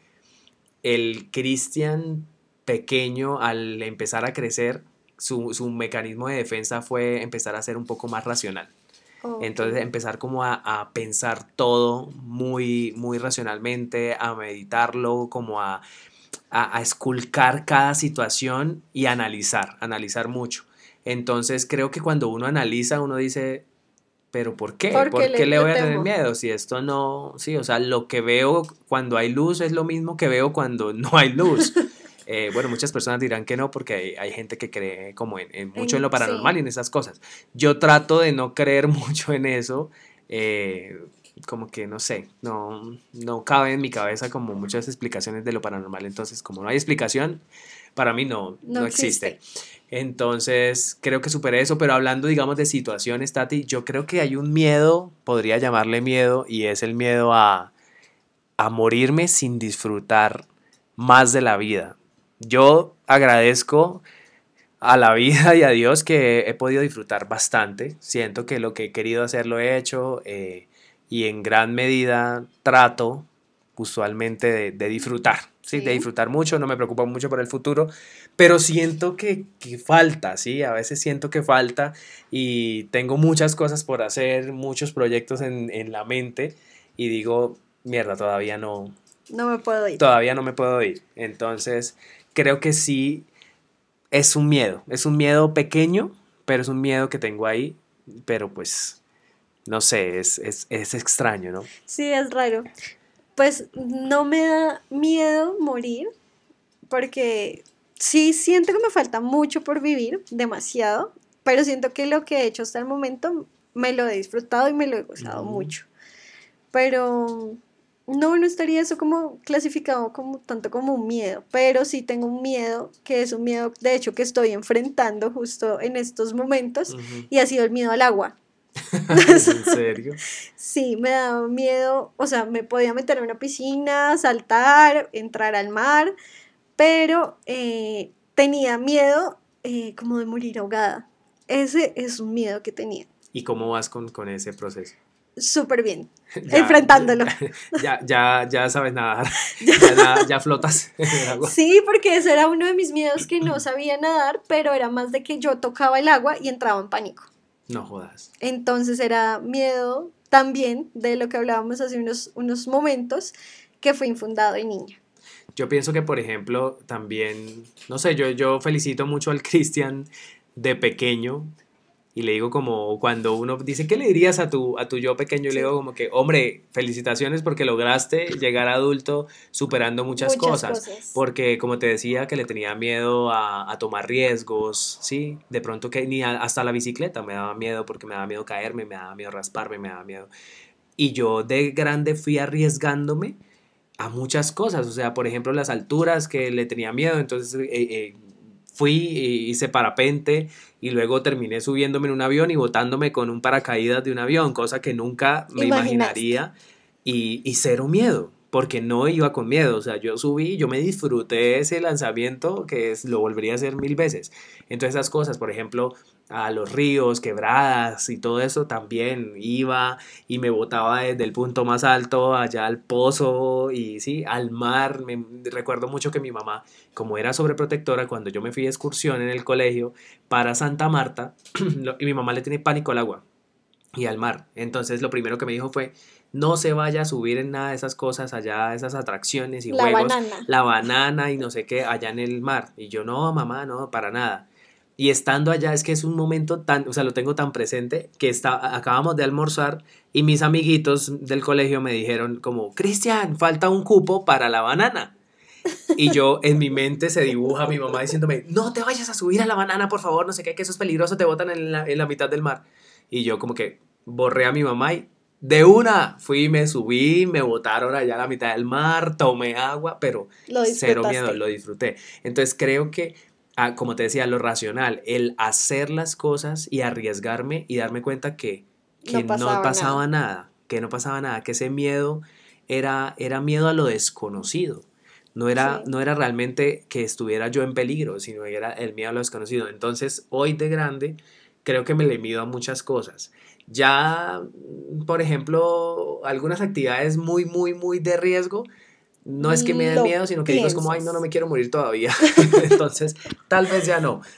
el Cristian pequeño, al empezar a crecer, su mecanismo de defensa fue empezar a ser un poco más racional. Ok. Entonces empezar como a pensar todo muy, muy racionalmente, a meditarlo, como a esculcar cada situación y analizar mucho. Entonces creo que cuando uno analiza, uno dice, pero ¿por qué? Porque ¿Por qué le le voy a tener temo. miedo? Si esto no, sí, o sea, lo que veo cuando hay luz es lo mismo que veo cuando no hay luz. Bueno, muchas personas dirán que no porque hay gente que cree como en mucho en lo paranormal Sí. y en esas cosas. Yo trato de no creer mucho en eso, como que no sé, no cabe en mi cabeza como muchas explicaciones de lo paranormal, entonces como no hay explicación, para mí No no existe. existe. Entonces, creo que superé eso, pero hablando, digamos, de situaciones, Tati, yo creo que hay un miedo, podría llamarle miedo, y es el miedo a morirme sin disfrutar más de la vida. Yo agradezco a la vida y a Dios que he podido disfrutar bastante. Siento que lo que he querido hacer lo he hecho y en gran medida trato usualmente de disfrutar, ¿sí? De Sí. disfrutar mucho, no me preocupa mucho por el futuro, pero siento que falta, ¿sí? A veces siento que falta y tengo muchas cosas por hacer, muchos proyectos en la mente y digo, mierda, No me puedo ir. todavía no me puedo ir. Entonces, creo que sí es un miedo pequeño, pero es un miedo que tengo ahí, pero pues, no sé, es extraño, ¿no? Sí, es raro. Pues no me da miedo morir porque sí siento que me falta mucho por vivir, demasiado, pero siento que lo que he hecho hasta el momento me lo he disfrutado y me lo he gozado Ujú. mucho. Pero no estaría eso como clasificado como tanto como un miedo, pero sí tengo un miedo que es un miedo de hecho que estoy enfrentando justo en estos momentos Ujú. y ha sido el miedo al agua. ¿Es en serio? Sí, me daba miedo, o sea, me podía meter en una piscina, saltar, entrar al mar, pero tenía miedo como de morir ahogada. Ese es un miedo que tenía. ¿Y cómo vas con ese proceso? Súper bien, Ya, enfrentándolo. ya sabes nadar, ya flotas en el agua. Sí, porque ese era uno de mis miedos que no sabía nadar, pero era más de que yo tocaba el agua y entraba en pánico. No jodas. Entonces era miedo también de lo que hablábamos hace unos momentos, que fue infundado de niña. Yo pienso que, por ejemplo, también, no sé, yo felicito mucho al Cristian de pequeño y le digo como cuando uno dice, ¿qué le dirías a tu yo pequeño? Y le Sí, digo como que, hombre, felicitaciones porque lograste llegar a adulto superando muchas muchas cosas. cosas. Porque como te decía, que le tenía miedo a tomar riesgos, ¿sí? De pronto que hasta la bicicleta me daba miedo porque me daba miedo caerme, me daba miedo rasparme, me daba miedo. Y yo de grande fui arriesgándome a muchas cosas, o sea, por ejemplo, las alturas que le tenía miedo, entonces fui y hice parapente y luego terminé subiéndome en un avión y botándome con un paracaídas de un avión, cosa que nunca me Imaginaste. imaginaría y cero miedo, porque no iba con miedo, o sea, yo subí, yo me disfruté ese lanzamiento lo volvería a hacer mil veces. Entonces esas cosas, por ejemplo, a los ríos, quebradas y todo eso también iba y me botaba desde el punto más alto allá al pozo y sí, al mar. Recuerdo mucho que mi mamá, como era sobreprotectora, cuando yo me fui de excursión en el colegio para Santa Marta, y mi mamá le tiene pánico al agua y al mar. Entonces lo primero que me dijo fue, no se vaya a subir en nada de esas cosas allá, esas atracciones y La juegos, banana. la banana y no sé qué, allá en el mar. Y yo, no, mamá, no, para nada. Y estando allá es que es un momento tan, o sea, lo tengo tan presente que acabamos de almorzar y mis amiguitos del colegio me dijeron como, Cristian, falta un cupo para la banana. Y yo en mi mente se dibuja mi mamá diciéndome, no te vayas a subir a la banana, por favor, no sé qué, que eso es peligroso, te botan en la mitad del mar. Y yo como que borré a mi mamá y de una fui y me subí, me botaron allá a la mitad del mar, tomé agua, pero Lo cero miedo, disfrutaste. lo disfruté. Entonces creo que, como te decía, lo racional, el hacer las cosas y arriesgarme y darme cuenta que No no pasaba nada. pasaba nada, que no pasaba nada, que ese miedo era miedo a lo desconocido. Sí. No era realmente que estuviera yo en peligro, sino era el miedo a lo desconocido. Entonces, hoy de grande, creo que me le mido a muchas cosas. Ya, por ejemplo, algunas actividades muy de riesgo, no es que me den Lo miedo, sino que digo, es como, ay, no, no piensas. me quiero morir todavía. Entonces, tal vez ya no,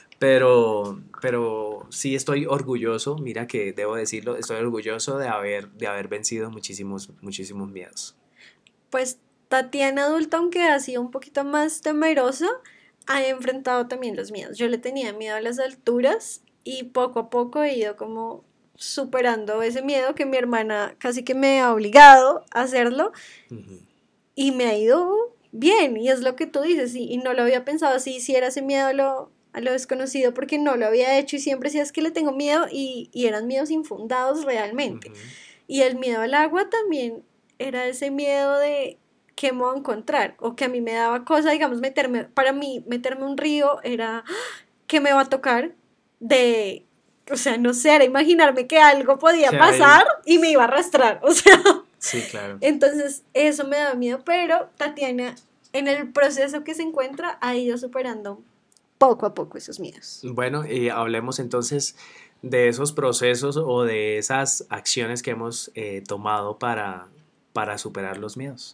pero sí estoy orgulloso, mira que debo decirlo, estoy orgulloso de haber vencido muchísimos miedos. Pues Tatiana adulta, aunque ha sido un poquito más temerosa, ha enfrentado también los miedos. Yo le tenía miedo a las alturas y poco a poco he ido como superando ese miedo que mi hermana casi que me ha obligado a hacerlo Ujú. y me ha ido bien. Y es lo que tú dices, y no lo había pensado así, si era ese miedo a lo desconocido porque no lo había hecho y siempre decía es que le tengo miedo y eran miedos infundados realmente. Ujú. Y el miedo al agua también era ese miedo de qué me voy a encontrar o que a mí me daba cosa, digamos, para mí meterme a un río era que me va a tocar de, o sea, no sé, era imaginarme que algo podía ¿Qué hay? pasar y me iba a arrastrar, o sea, Sí, claro. entonces eso me da miedo, pero Tatiana en el proceso que se encuentra ha ido superando poco a poco esos miedos. Bueno, y hablemos entonces de esos procesos o de esas acciones que hemos tomado para superar los miedos.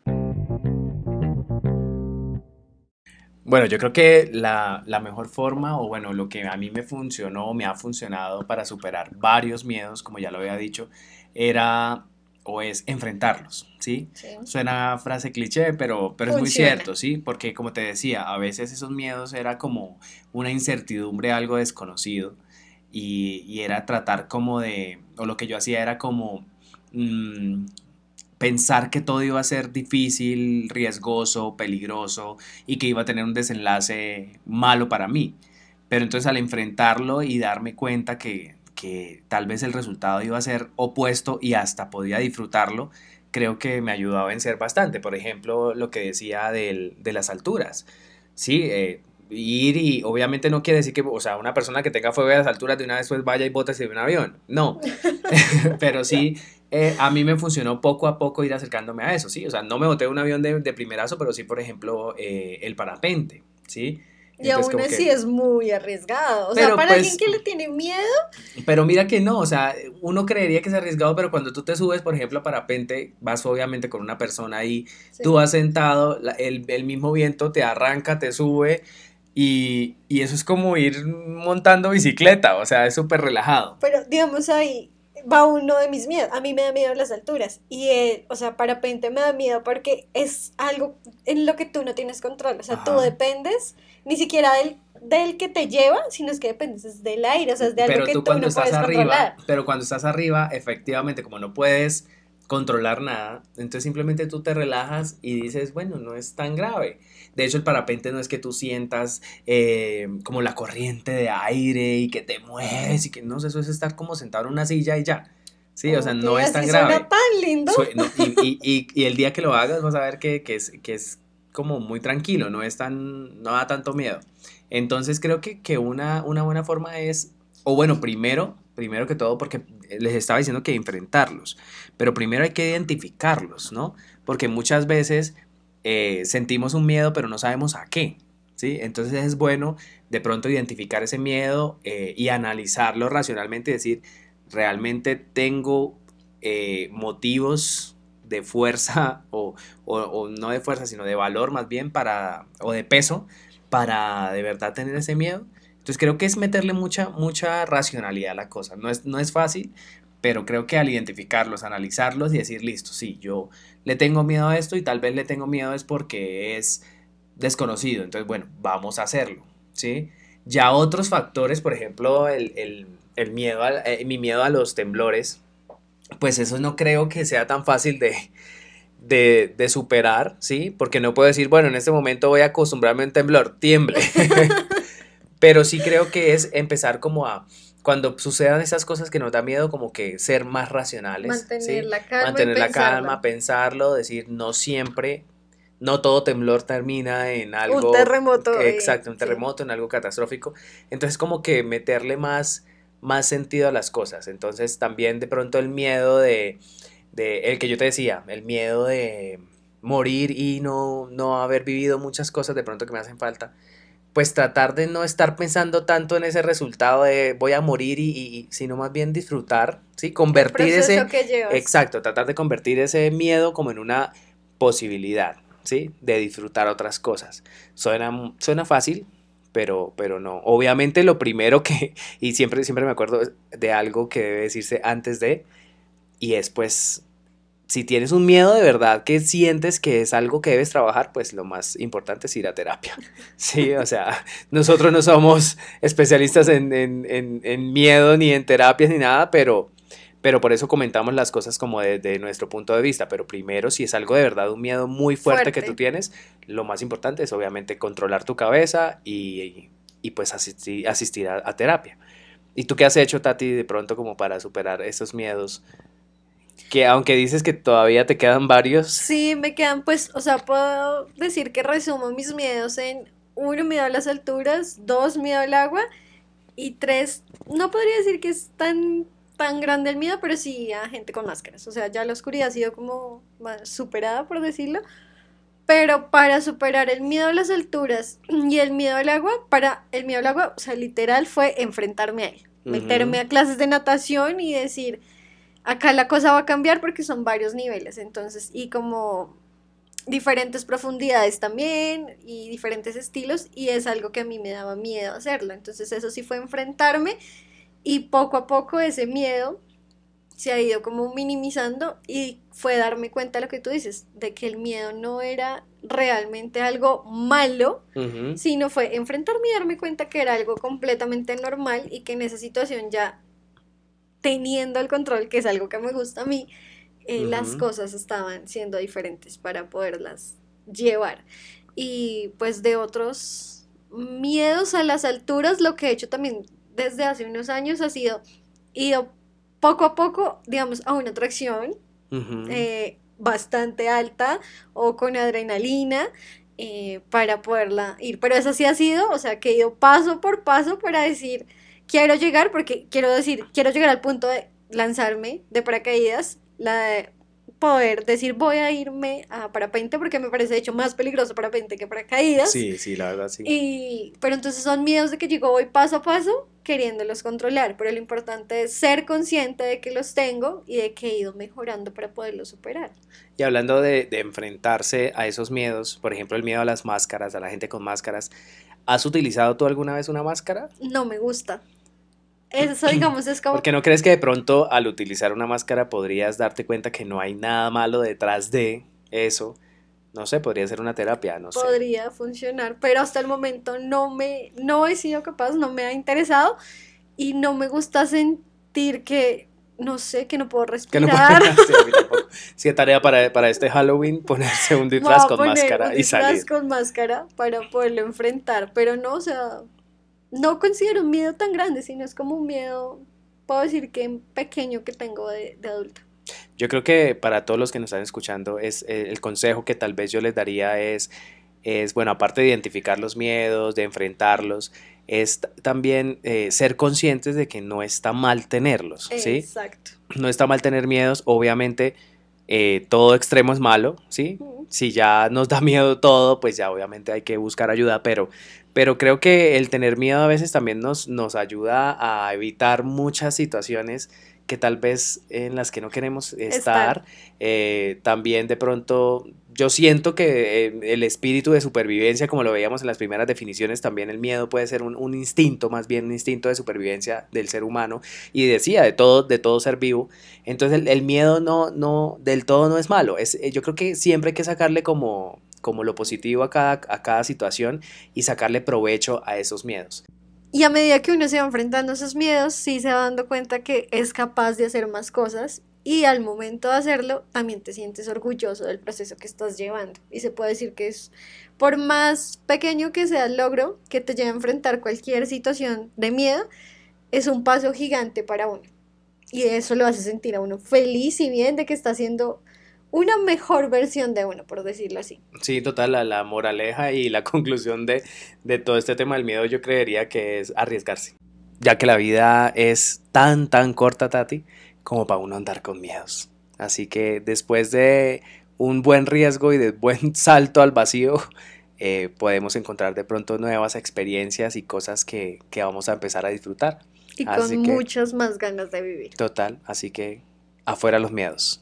Bueno, yo creo que la mejor forma, o bueno, lo que a mí me funcionó, me ha funcionado para superar varios miedos, como ya lo había dicho, era o es enfrentarlos, ¿sí? Sí. Suena frase cliché, pero es muy Funciona. cierto, ¿sí? Porque como te decía, a veces esos miedos era como una incertidumbre, algo desconocido, y era tratar como de, o lo que yo hacía era como mm, pensar que todo iba a ser difícil, riesgoso, peligroso y que iba a tener un desenlace malo para mí. Pero entonces al enfrentarlo y darme cuenta que tal vez el resultado iba a ser opuesto y hasta podía disfrutarlo, creo que me ayudó a vencer bastante. Por ejemplo, lo que decía de las alturas. Sí, ir y obviamente no quiere decir que, o sea, una persona que tenga fobia a las alturas de una vez pues vaya y bótese de un avión. No, pero sí, a mí me funcionó poco a poco ir acercándome a eso, ¿sí? O sea, no me boté de un avión de primerazo, pero sí, por ejemplo, el parapente, ¿sí? Y Entonces, aún como así que, es muy arriesgado. O sea, pero para alguien pues, que le tiene miedo, pero mira que no, o sea, uno creería que es arriesgado, pero cuando tú te subes, por ejemplo, a parapente, vas obviamente con una persona ahí, tú sí. vas sentado, el mismo viento te arranca, te sube, y eso es como ir montando bicicleta, o sea, es súper relajado. Pero digamos ahí va uno de mis miedos. A mí me da miedo las alturas. Y, o sea, parapente me da miedo porque es algo en lo que tú no tienes control. O sea, tú Ajá. dependes ni siquiera del que te lleva, sino es que dependes es del aire. O sea, es de algo Pero que tú tú cuando no estás puedes arriba, controlar. pero cuando estás arriba, efectivamente, como no puedes controlar nada, entonces simplemente tú te relajas y dices, bueno, no es tan grave. De hecho, el parapente no es que tú sientas como la corriente de aire y que te mueves y que no sé, eso es estar como sentado en una silla y ya. Sí, o sea, Ok, no es tan así suena grave. tan lindo. No, y el día que lo hagas vas a ver que es como muy tranquilo, no da tanto miedo. Entonces creo que una buena forma es, o bueno, primero que todo, porque les estaba diciendo que enfrentarlos, pero primero hay que identificarlos, ¿no? Porque muchas veces sentimos un miedo, pero no sabemos a qué, ¿sí? Entonces es bueno de pronto identificar ese miedo y analizarlo racionalmente y decir, realmente tengo motivos de fuerza o no de fuerza, sino de valor más bien o de peso para de verdad tener ese miedo. Entonces creo que es meterle mucha racionalidad a la cosa. No es fácil, pero creo que al identificarlos, analizarlos y decir, listo, sí, yo le tengo miedo a esto y tal vez le tengo miedo es porque es desconocido. Entonces, bueno, vamos a hacerlo, ¿sí? Ya otros factores, por ejemplo, el miedo mi miedo a los temblores, pues eso no creo que sea tan fácil de superar, ¿sí? Porque no puedo decir, bueno, en este momento voy a acostumbrarme a un temblor, tiemble. Pero sí creo que es empezar como cuando sucedan esas cosas que nos da miedo, como que ser más racionales, Mantener ¿sí? la calma y Mantener la pensarlo. calma, pensarlo, decir, no siempre, no todo temblor termina en Un algo terremoto, exacto, un sí. terremoto, en algo catastrófico. Entonces como que meterle más sentido a las cosas. Entonces también de pronto el miedo el que yo te decía, el miedo de morir y no haber vivido muchas cosas de pronto que me hacen falta, pues tratar de no estar pensando tanto en ese resultado de voy a morir sino más bien disfrutar, ¿sí? El Convertir proceso que llevas. exacto, tratar de convertir ese miedo como en una posibilidad, ¿sí? De disfrutar otras cosas. Suena fácil, pero no. Obviamente lo primero y siempre me acuerdo de algo que debe decirse antes y es pues si tienes un miedo de verdad que sientes que es algo que debes trabajar, pues lo más importante es ir a terapia. Sí, o sea, nosotros no somos especialistas en miedo ni en terapias ni nada, pero por eso comentamos las cosas como desde nuestro punto de vista. Pero primero, si es algo de verdad, un miedo muy fuerte que tú Fuerte. tienes, lo más importante es obviamente controlar tu cabeza y pues asistir a terapia. ¿Y tú qué has hecho, Tati, de pronto como para superar esos miedos? Que aunque dices que todavía te quedan varios. Sí, me quedan pues, o sea, puedo decir que resumo mis miedos en uno, miedo a las alturas, dos, miedo al agua y tres, no podría decir que es tan grande el miedo, pero sí a gente con máscaras. O sea, ya la oscuridad ha sido como más superada, por decirlo. Pero para superar el miedo a las alturas y el miedo al agua, o sea, literal fue enfrentarme a él. Meterme a clases de natación y decir, acá la cosa va a cambiar porque son varios niveles, entonces, y como diferentes profundidades también y diferentes estilos, y es algo que a mí me daba miedo hacerlo. Entonces eso sí fue enfrentarme, y poco a poco ese miedo se ha ido como minimizando, y fue darme cuenta de lo que tú dices, de que el miedo no era realmente algo malo, sino fue enfrentarme y darme cuenta que era algo completamente normal, y que en esa situación, ya teniendo el control, que es algo que me gusta a mí, las cosas estaban siendo diferentes para poderlas llevar. Y pues de otros miedos a las alturas, lo que he hecho también desde hace unos años ha sido ido poco a poco, digamos, a una atracción bastante alta o con adrenalina, para poderla ir. Pero eso sí ha sido, o sea, que he ido paso por paso para decir, quiero llegar, porque quiero llegar al punto de lanzarme de paracaídas, la de poder decir voy a irme a parapente, porque me parece de hecho más peligroso parapente que paracaídas. Sí, sí, la verdad sí. Pero entonces son miedos de que yo voy paso a paso queriéndolos controlar, pero lo importante es ser consciente de que los tengo y de que he ido mejorando para poderlos superar. Y hablando de enfrentarse a esos miedos, por ejemplo el miedo a las máscaras, a la gente con máscaras, ¿has utilizado tú alguna vez una máscara? No me gusta. Eso, digamos, es como... Porque no crees que de pronto al utilizar una máscara podrías darte cuenta que no hay nada malo detrás de eso. No sé, podría ser una terapia, no sé. Podría funcionar, pero hasta el momento no he sido capaz, no me ha interesado, y no me gusta sentir que, no sé, que no puedo respirar. Sí, a mí tampoco. Sí, tarea para este Halloween, ponerse un disfraz con máscara y salir. Un disfraz con máscara para poderlo enfrentar, pero no, o sea, no considero un miedo tan grande, sino es como un miedo, puedo decir que pequeño, que tengo de adulta. Yo creo que para todos los que nos están escuchando, el consejo que tal vez yo les daría bueno, aparte de identificar los miedos, de enfrentarlos, es también ser conscientes de que no está mal tenerlos, ¿sí? Exacto. No está mal tener miedos, obviamente todo extremo es malo, ¿sí? Si ya nos da miedo todo, pues ya obviamente hay que buscar ayuda, pero creo que el tener miedo a veces también nos ayuda a evitar muchas situaciones que tal vez en las que no queremos estar. También de pronto yo siento que el espíritu de supervivencia, como lo veíamos en las primeras definiciones, también el miedo puede ser un instinto, más bien un instinto de supervivencia del ser humano, y decía de todo ser vivo. Entonces el miedo no del todo no es malo. Yo creo que siempre hay que sacarle como lo positivo a cada situación y sacarle provecho a esos miedos. Y a medida que uno se va enfrentando a esos miedos, sí se va dando cuenta que es capaz de hacer más cosas, y al momento de hacerlo también te sientes orgulloso del proceso que estás llevando. Y se puede decir que es, por más pequeño que sea el logro que te lleve a enfrentar cualquier situación de miedo, es un paso gigante para uno. Y eso lo hace sentir a uno feliz y bien de que está haciendo una mejor versión de uno, por decirlo así. Sí, total, la moraleja y la conclusión de todo este tema del miedo yo creería que es arriesgarse, ya que la vida es tan corta, Tati, como para uno andar con miedos. Así que después de un buen riesgo y de buen salto al vacío, podemos encontrar de pronto nuevas experiencias y cosas que vamos a empezar a disfrutar. Y con muchas más ganas de vivir. Total, así que afuera los miedos.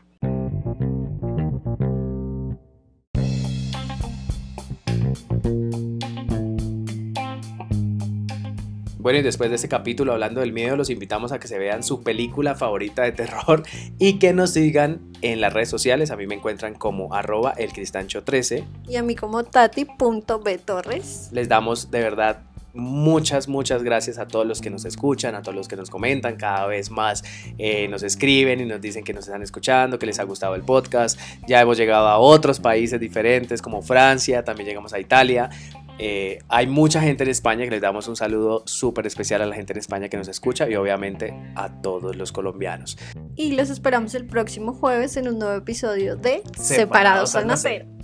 Bueno, y después de este capítulo hablando del miedo, los invitamos a que se vean su película favorita de terror y que nos sigan en las redes sociales. A mí me encuentran como @elcristancho13 y a mí como tati.btorres. Les damos de verdad muchas gracias a todos los que nos escuchan, a todos los que nos comentan, cada vez más nos escriben y nos dicen que nos están escuchando, que les ha gustado el podcast. Ya hemos llegado a otros países diferentes como Francia, también llegamos a Italia. Hay mucha gente en España, que les damos un saludo súper especial a la gente en España que nos escucha, y obviamente a todos los colombianos. Y los esperamos el próximo jueves en un nuevo episodio de Separados al Nacer.